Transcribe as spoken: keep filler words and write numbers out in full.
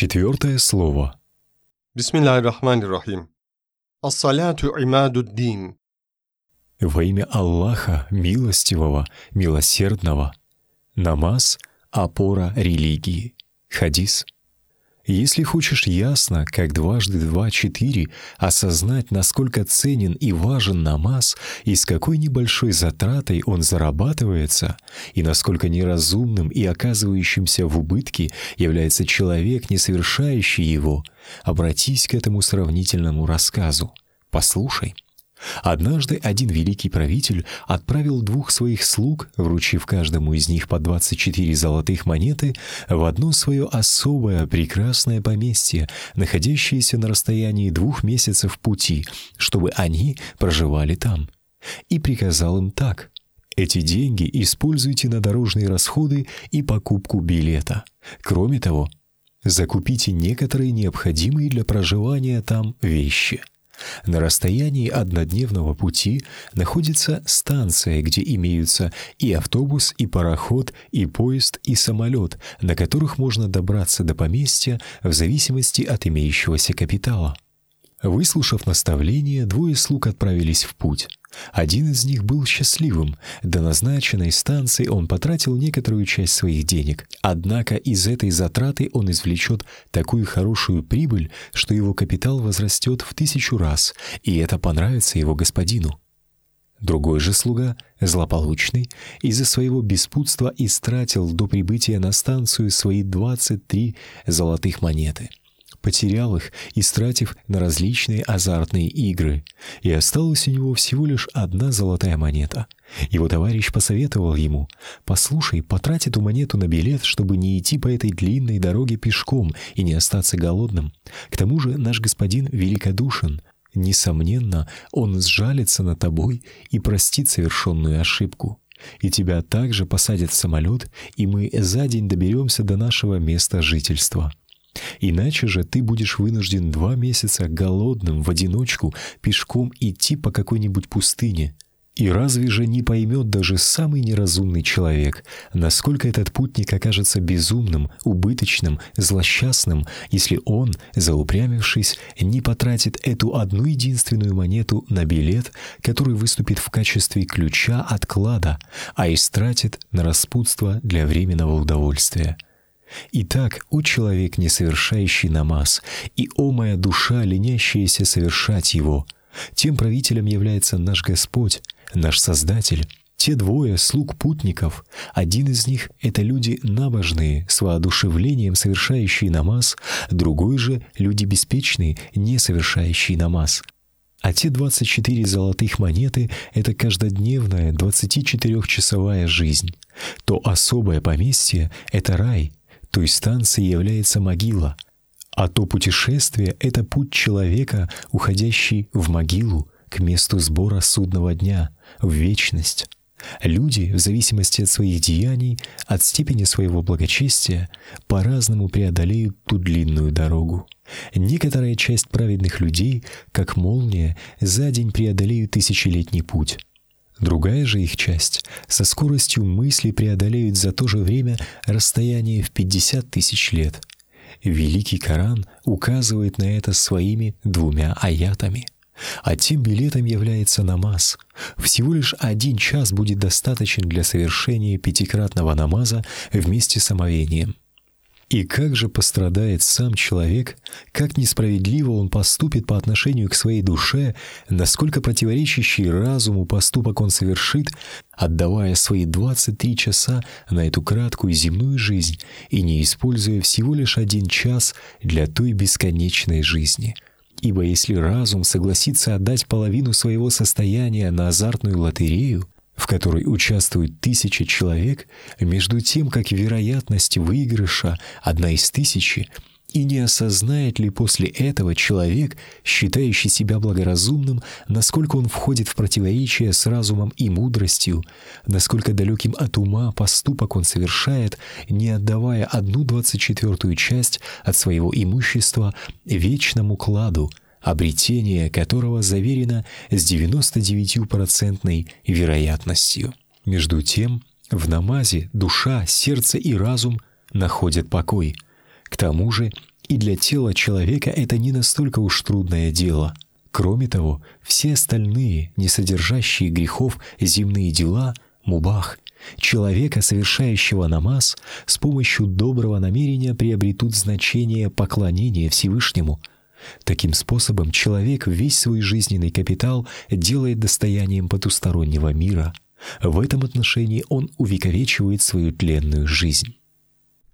Четвертое слово. Бисмиллахир-рахманир-рахим. Ас-саляту имадуд-дин. Во имя Аллаха, милостивого, милосердного. Намаз — опора религии. Хадис. Если хочешь ясно, как дважды два — четыре, осознать, насколько ценен и важен намаз, и с какой небольшой затратой он зарабатывается, и насколько неразумным и оказывающимся в убытке является человек, не совершающий его, обратись к этому сравнительному рассказу. Послушай. Однажды один великий правитель отправил двух своих слуг, вручив каждому из них по двадцать четыре золотых монеты, в одно свое особое прекрасное поместье, находящееся на расстоянии двух месяцев пути, чтобы они проживали там. И приказал им так: «Эти деньги используйте на дорожные расходы и покупку билета. Кроме того, закупите некоторые необходимые для проживания там вещи». На расстоянии однодневного пути находится станция, где имеются и автобус, и пароход, и поезд, и самолет, на которых можно добраться до поместья в зависимости от имеющегося капитала. Выслушав наставление, двое слуг отправились в путь. Один из них был счастливым. До назначенной станции он потратил некоторую часть своих денег. Однако из этой затраты он извлечет такую хорошую прибыль, что его капитал возрастет в тысячу раз, и это понравится его господину. Другой же слуга, злополучный, из-за своего беспутства истратил до прибытия на станцию свои двадцать три золотых монеты. Потерял их, истратив на различные азартные игры, и осталась у него всего лишь одна золотая монета. Его товарищ посоветовал ему: «Послушай, потрать эту монету на билет, чтобы не идти по этой длинной дороге пешком и не остаться голодным. К тому же наш господин великодушен. Несомненно, он сжалится над тобой и простит совершенную ошибку. И тебя также посадят в самолет, и мы за день доберемся до нашего места жительства. Иначе же ты будешь вынужден два месяца голодным в одиночку пешком идти по какой-нибудь пустыне. И разве же не поймет даже самый неразумный человек, насколько этот путник окажется безумным, убыточным, злосчастным, если он, заупрямившись, не потратит эту одну единственную монету на билет, который выступит в качестве ключа от клада, а истратит на распутство для временного удовольствия? Итак, о человек, не совершающий намаз, и о моя душа, ленящаяся совершать его, тем правителем является наш Господь, наш Создатель. Те двое слуг путников, один из них — это люди набожные, с воодушевлением совершающие намаз, другой же — люди беспечные, не совершающие намаз. А те двадцать четыре золотых монеты — это каждодневная двадцатичетырехчасовая жизнь. То особое поместье — это рай, той станцией является могила, а то путешествие — это путь человека, уходящий в могилу, к месту сбора судного дня, в вечность. Люди, в зависимости от своих деяний, от степени своего благочестия, по-разному преодолеют ту длинную дорогу. Некоторая часть праведных людей, как молния, за день преодолеют тысячелетний путь. Другая же их часть со скоростью мысли преодолеют за то же время расстояние в пятьдесят тысяч лет. Великий Коран указывает на это своими двумя аятами. А тем билетом является намаз. Всего лишь один час будет достаточен для совершения пятикратного намаза вместе с омовением. И как же пострадает сам человек, как несправедливо он поступит по отношению к своей душе, насколько противоречащий разуму поступок он совершит, отдавая свои двадцать три часа на эту краткую земную жизнь и не используя всего лишь один час для той бесконечной жизни. Ибо если разум согласится отдать половину своего состояния на азартную лотерею, в которой участвуют тысячи человек, между тем, как вероятность выигрыша одна из тысячи, и не осознает ли после этого человек, считающий себя благоразумным, насколько он входит в противоречие с разумом и мудростью, насколько далеким от ума поступок он совершает, не отдавая одну двадцать четвертую часть от своего имущества вечному кладу, обретение которого заверено с девяносто девятипроцентной вероятностью. Между тем, в намазе душа, сердце и разум находят покой. К тому же, И для тела человека это не настолько уж трудное дело. Кроме того, все остальные, не содержащие грехов, земные дела — мубах. Человека, совершающего намаз, с помощью доброго намерения приобретут значение поклонения Всевышнему. Таким способом человек весь свой жизненный капитал делает достоянием потустороннего мира. В этом отношении он увековечивает свою тленную жизнь.